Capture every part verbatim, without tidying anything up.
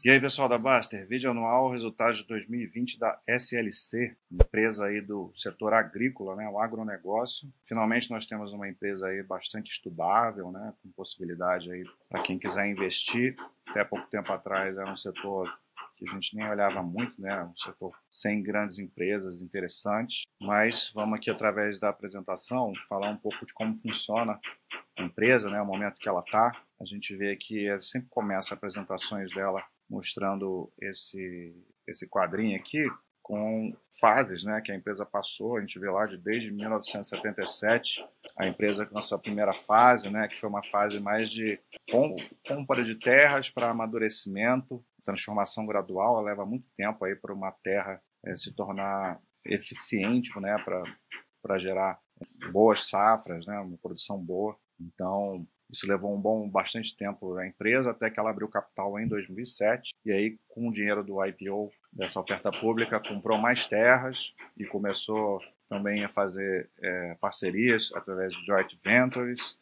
E aí, pessoal da Baster, vídeo anual, resultados de dois mil e vinte da S L C, empresa aí do setor agrícola, né, o agronegócio. Finalmente nós temos uma empresa aí bastante estudável, né, com possibilidade aí para quem quiser investir. Até pouco tempo atrás era um setor que a gente nem olhava muito, né, um setor sem grandes empresas interessantes. Mas vamos aqui, através da apresentação, falar um pouco de como funciona a empresa, né, o momento que ela está. A gente vê que sempre começa apresentações dela mostrando esse, esse quadrinho aqui com fases, né, que a empresa passou. A gente vê lá de desde mil novecentos e setenta e sete, a empresa com a sua primeira fase, né, que foi uma fase mais de compra de terras para amadurecimento, transformação gradual. Ela leva muito tempo aí para uma terra é, se tornar eficiente, né, para gerar boas safras, né, uma produção boa. Então, isso levou um bom, bastante tempo à empresa, até que ela abriu capital em dois mil e sete, e aí, com o dinheiro do I P O, dessa oferta pública, comprou mais terras e começou também a fazer é, parcerias através de joint ventures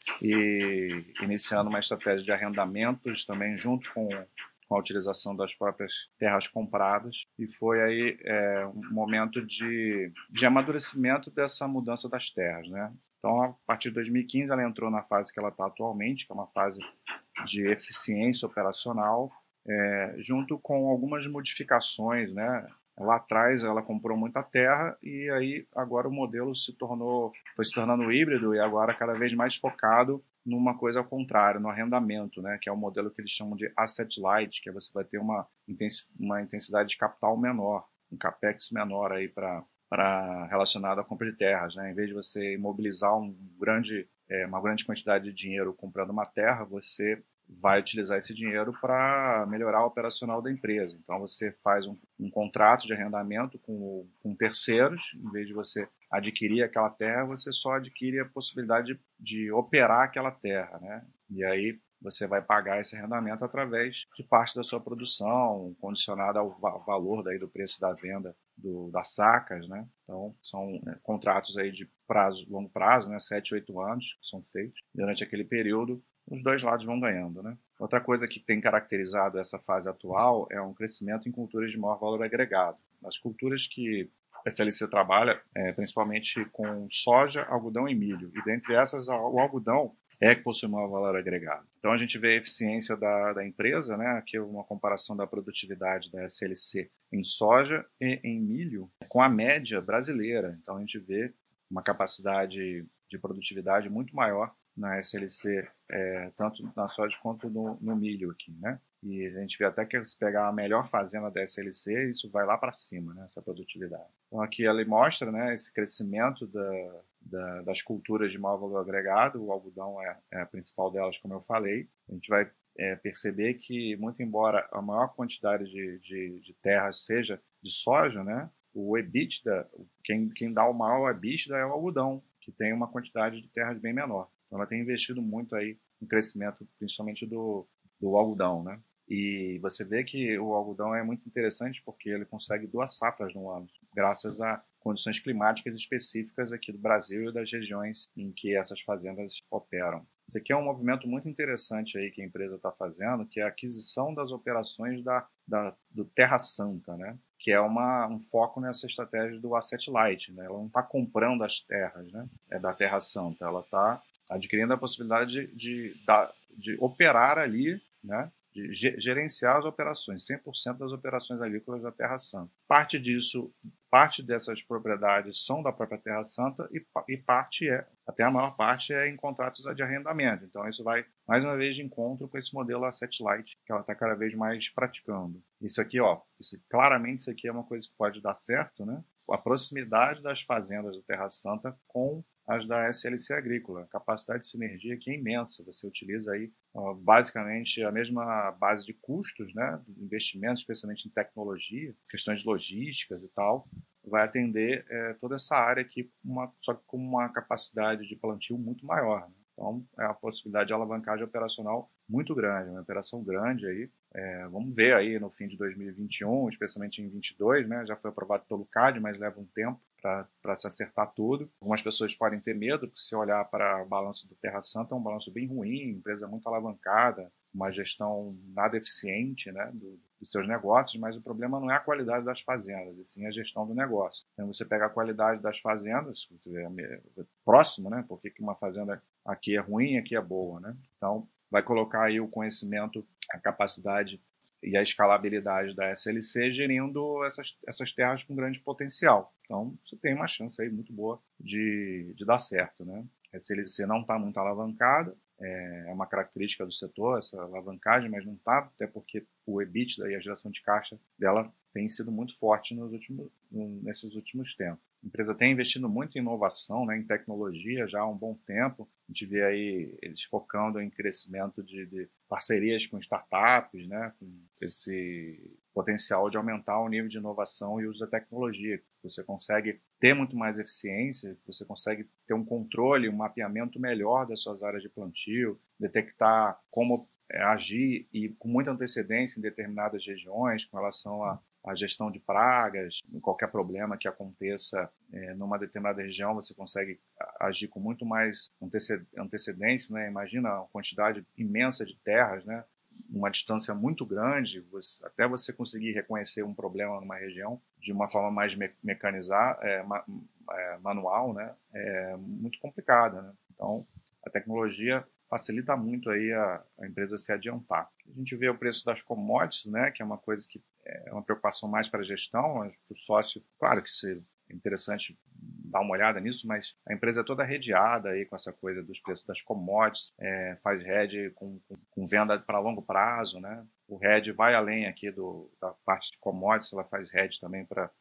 e iniciando uma estratégia de arrendamentos também junto com com a utilização das próprias terras compradas, e foi aí é, um momento de, de amadurecimento dessa mudança das terras, né? Então, a partir de dois mil e quinze, ela entrou na fase que ela está atualmente, que é uma fase de eficiência operacional, é, junto com algumas modificações, né? Lá atrás ela comprou muita terra e aí agora o modelo se tornou, foi se tornando híbrido e agora cada vez mais focado numa coisa ao contrário, no arrendamento, né? Que é o modelo que eles chamam de asset light, que você vai ter uma, uma intensidade de capital menor, um capex menor aí para para relacionado à compra de terras, né? Em vez de você imobilizar um grande, é, uma grande quantidade de dinheiro comprando uma terra, você vai utilizar esse dinheiro para melhorar o operacional da empresa. Então você faz um, um contrato de arrendamento com, com terceiros, em vez de você adquirir aquela terra, você só adquire a possibilidade de, de operar aquela terra, né? E aí você vai pagar esse arrendamento através de parte da sua produção, condicionada ao va valor daí do preço da venda do, das sacas, né? Então, são né, contratos aí de prazo, longo prazo, né? sete, oito anos que são feitos. Durante aquele período, os dois lados vão ganhando, né? Outra coisa que tem caracterizado essa fase atual é um crescimento em culturas de maior valor agregado. As culturas que a S L C trabalha é, principalmente com soja, algodão e milho. E dentre essas, o algodão é que possui maior valor agregado. Então a gente vê a eficiência da, da empresa, né? Aqui é uma comparação da produtividade da S L C em soja e em milho com a média brasileira. Então a gente vê uma capacidade de produtividade muito maior na S L C, é, tanto na soja quanto no, no milho aqui, né? E a gente vê até que se pegar a melhor fazenda da S L C, isso vai lá para cima, né, essa produtividade. Então aqui ela mostra, né, esse crescimento da, da, das culturas de maior valor agregado. O algodão é, é a principal delas, como eu falei. A gente vai é, perceber que, muito embora a maior quantidade de, de, de terras seja de soja, né, o EBITDA, quem, quem dá o maior EBITDA é o algodão, que tem uma quantidade de terras bem menor. Então ela tem investido muito aí no crescimento, principalmente do, do algodão, né? E você vê que o algodão é muito interessante porque ele consegue duas safras no ano, graças a condições climáticas específicas aqui do Brasil e das regiões em que essas fazendas operam. Isso aqui é um movimento muito interessante aí que a empresa está fazendo, que é a aquisição das operações da, da, do Terra Santa, né? Que é uma, um foco nessa estratégia do asset light, né? Ela não está comprando as terras, né? É da Terra Santa, ela está adquirindo a possibilidade de, de, de operar ali, né? De gerenciar as operações, cem por cento das operações agrícolas da Terra Santa. Parte disso, parte dessas propriedades são da própria Terra Santa e, e parte é, até a maior parte é em contratos de arrendamento. Então isso vai, mais uma vez, de encontro com esse modelo asset light que ela está cada vez mais praticando. Isso aqui, ó, isso, claramente isso aqui é uma coisa que pode dar certo, né? A proximidade das fazendas da Terra Santa com as da S L C Agrícola. A capacidade de sinergia aqui é imensa. Você utiliza aí uh, basicamente a mesma base de custos, né, de investimentos, especialmente em tecnologia, questões de logísticas e tal, vai atender é, toda essa área aqui, uma, só que com uma capacidade de plantio muito maior, né? Então, é a possibilidade de alavancagem operacional muito grande, uma operação grande aí. É, vamos ver aí no fim de dois mil e vinte e um, especialmente em vinte e dois, né? Já foi aprovado pelo C A D, mas leva um tempo para se acertar tudo. Algumas pessoas podem ter medo, porque se olhar para o balanço do Terra Santa, é um balanço bem ruim, empresa muito alavancada, uma gestão nada eficiente, né, do, dos seus negócios, mas o problema não é a qualidade das fazendas, e sim a gestão do negócio. Então, você pega a qualidade das fazendas, você vê, é próximo, né, porque uma fazenda aqui é ruim, aqui é boa, né? Então, vai colocar aí o conhecimento, a capacidade e a escalabilidade da S L C gerindo essas, essas terras com grande potencial. Então, você tem uma chance aí muito boa de, de dar certo, né? A S L C não está muito alavancada, é uma característica do setor, essa alavancagem, mas não está, até porque o EBITDA e a geração de caixa dela tem sido muito forte nos últimos, nesses últimos tempos. A empresa tem investido muito em inovação, né, em tecnologia já há um bom tempo. A gente vê aí eles focando em crescimento de, de parcerias com startups, né, com esse potencial de aumentar o nível de inovação e uso da tecnologia. Você consegue ter muito mais eficiência, você consegue ter um controle, um mapeamento melhor das suas áreas de plantio, detectar como é, agir e com muita antecedência em determinadas regiões com relação a a gestão de pragas, qualquer problema que aconteça é, numa determinada região, você consegue agir com muito mais antecedência, né? Imagina a quantidade imensa de terras, né? Uma distância muito grande, você, até você conseguir reconhecer um problema numa região de uma forma mais me mecanizada, é, ma é, manual, né? É muito complicada, né? Então, a tecnologia facilita muito aí a, a empresa se adiantar. A gente vê o preço das commodities, né, que é uma coisa que é uma preocupação mais para a gestão, mas para o sócio, claro que é interessante dar uma olhada nisso, mas a empresa é toda redeada aí com essa coisa dos preços das commodities, é, faz hedge com, com, com venda para longo prazo, né? O hedge vai além aqui do, da parte de commodities, ela faz hedge também para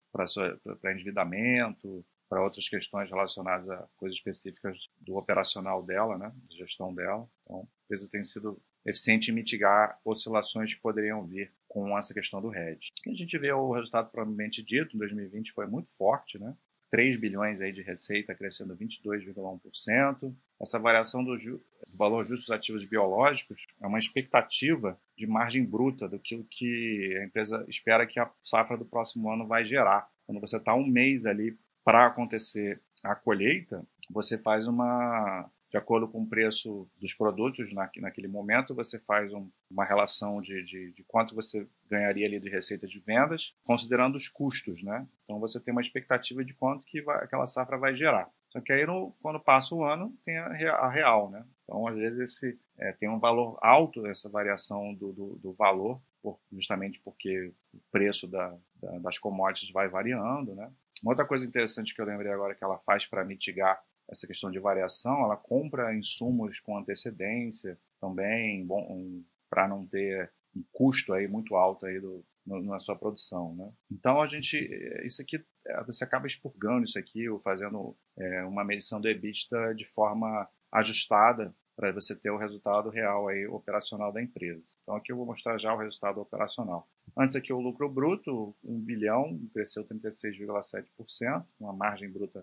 endividamento, para outras questões relacionadas a coisas específicas do operacional dela, né, da gestão dela. Então, a empresa tem sido eficiente em mitigar oscilações que poderiam vir com essa questão do hedge. A gente vê o resultado propriamente dito, em dois mil e vinte foi muito forte, né? três bilhões aí de receita, crescendo vinte e dois vírgula um por cento. Essa variação do, do valor justo dos ativos biológicos é uma expectativa de margem bruta do que, que a empresa espera que a safra do próximo ano vai gerar. Quando você está um mês ali para acontecer a colheita, você faz uma, de acordo com o preço dos produtos na, naquele momento, você faz um, uma relação de, de, de quanto você ganharia ali de receita de vendas, considerando os custos, né? Então você tem uma expectativa de quanto que vai, aquela safra vai gerar. Só que aí, no, quando passa o ano, tem a, a real, né? Então, às vezes, esse, é, tem um valor alto, essa variação do, do, do valor, por, justamente porque o preço da, da, das commodities vai variando, né? Uma outra coisa interessante que eu lembrei agora que ela faz para mitigar essa questão de variação, ela compra insumos com antecedência também, bom, um, para não ter um custo aí muito alto aí do, no, na sua produção, né? Então a gente, isso aqui, você acaba expurgando isso aqui, ou fazendo é, uma medição do EBITDA de forma ajustada para você ter o resultado real aí operacional da empresa. Então aqui eu vou mostrar já o resultado operacional. Antes aqui o lucro bruto, um bilhão, cresceu trinta e seis vírgula sete por cento, uma margem bruta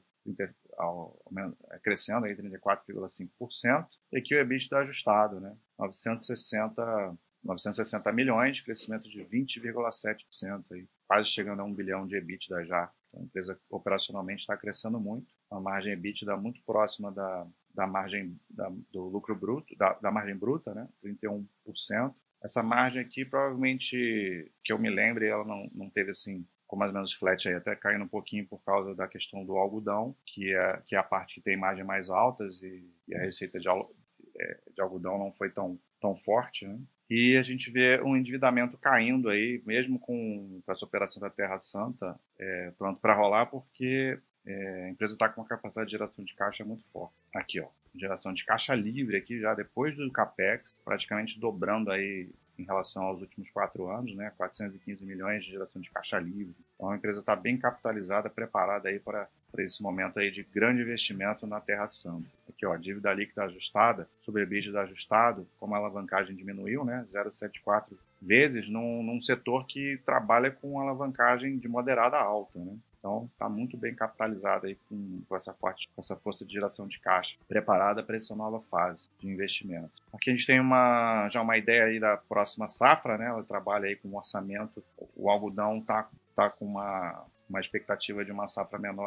crescendo aí trinta e quatro vírgula cinco por cento, e aqui o EBITDA ajustado, né? novecentos e sessenta milhões, crescimento de vinte vírgula sete por cento, aí, quase chegando a um bilhão de EBITDA já. Então, a empresa operacionalmente está crescendo muito, uma margem EBITDA muito próxima da, da margem da, do lucro bruto, da, da margem bruta, né? trinta e um por cento. Essa margem aqui, provavelmente, que eu me lembre, ela não, não teve assim, com mais ou menos flat aí, até caindo um pouquinho por causa da questão do algodão, que é, que é a parte que tem margens mais altas e, e a receita de, de algodão não foi tão, tão forte, né? E a gente vê um endividamento caindo aí, mesmo com, com essa operação da Terra Santa é, pronto para rolar, porque é, a empresa está com uma capacidade de geração de caixa muito forte. Aqui, ó, geração de caixa livre aqui já depois do CAPEX, praticamente dobrando aí em relação aos últimos quatro anos, né, quatrocentos e quinze milhões de geração de caixa livre. Então a empresa está bem capitalizada, preparada aí para, para esse momento aí de grande investimento na Terra Santa. Aqui, ó, dívida líquida ajustada, sobre EBITDA ajustado, como a alavancagem diminuiu, né, zero vírgula setenta e quatro vezes num, num setor que trabalha com alavancagem de moderada a alta, né? Então, está muito bem capitalizada aí com, com, essa forte, com essa força de geração de caixa, preparada para essa nova fase de investimento. Aqui a gente tem uma, já uma ideia aí da próxima safra, né? Ela trabalha aí com um orçamento, o algodão está tá com uma, uma expectativa de uma safra menor aí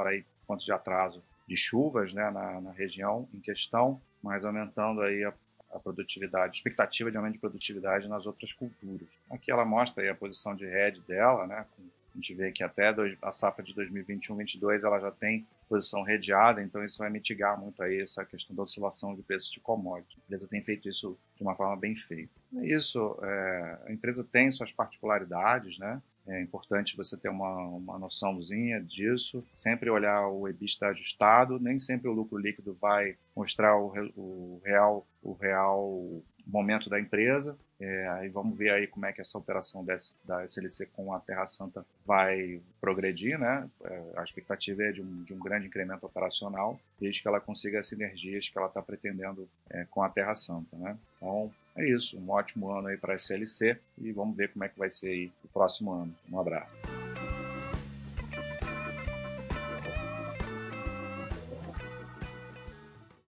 conta de atraso de chuvas, né, na, na região em questão, mas aumentando aí a, a produtividade, expectativa de aumento de produtividade nas outras culturas. Aqui ela mostra aí a posição de hedge dela, né, com, a gente vê que até dois, a safra de dois mil e vinte e um, vinte e dois ela já tem posição redeada, então isso vai mitigar muito aí essa questão da oscilação de preços de commodities. A empresa tem feito isso de uma forma bem feita. É isso, é, a empresa tem suas particularidades, né? É importante você ter uma, uma noçãozinha disso, sempre olhar o EBITDA ajustado, nem sempre o lucro líquido vai mostrar o, o, real, o real momento da empresa. É, aí vamos ver aí como é que essa operação desse, da S L C com a Terra Santa vai progredir, né? É, a expectativa é de um, de um grande incremento operacional, desde que ela consiga as sinergias que ela está pretendendo é, com a Terra Santa, né? Então, é isso, um ótimo ano aí para a S L C e vamos ver como é que vai ser aí o próximo ano. Um abraço.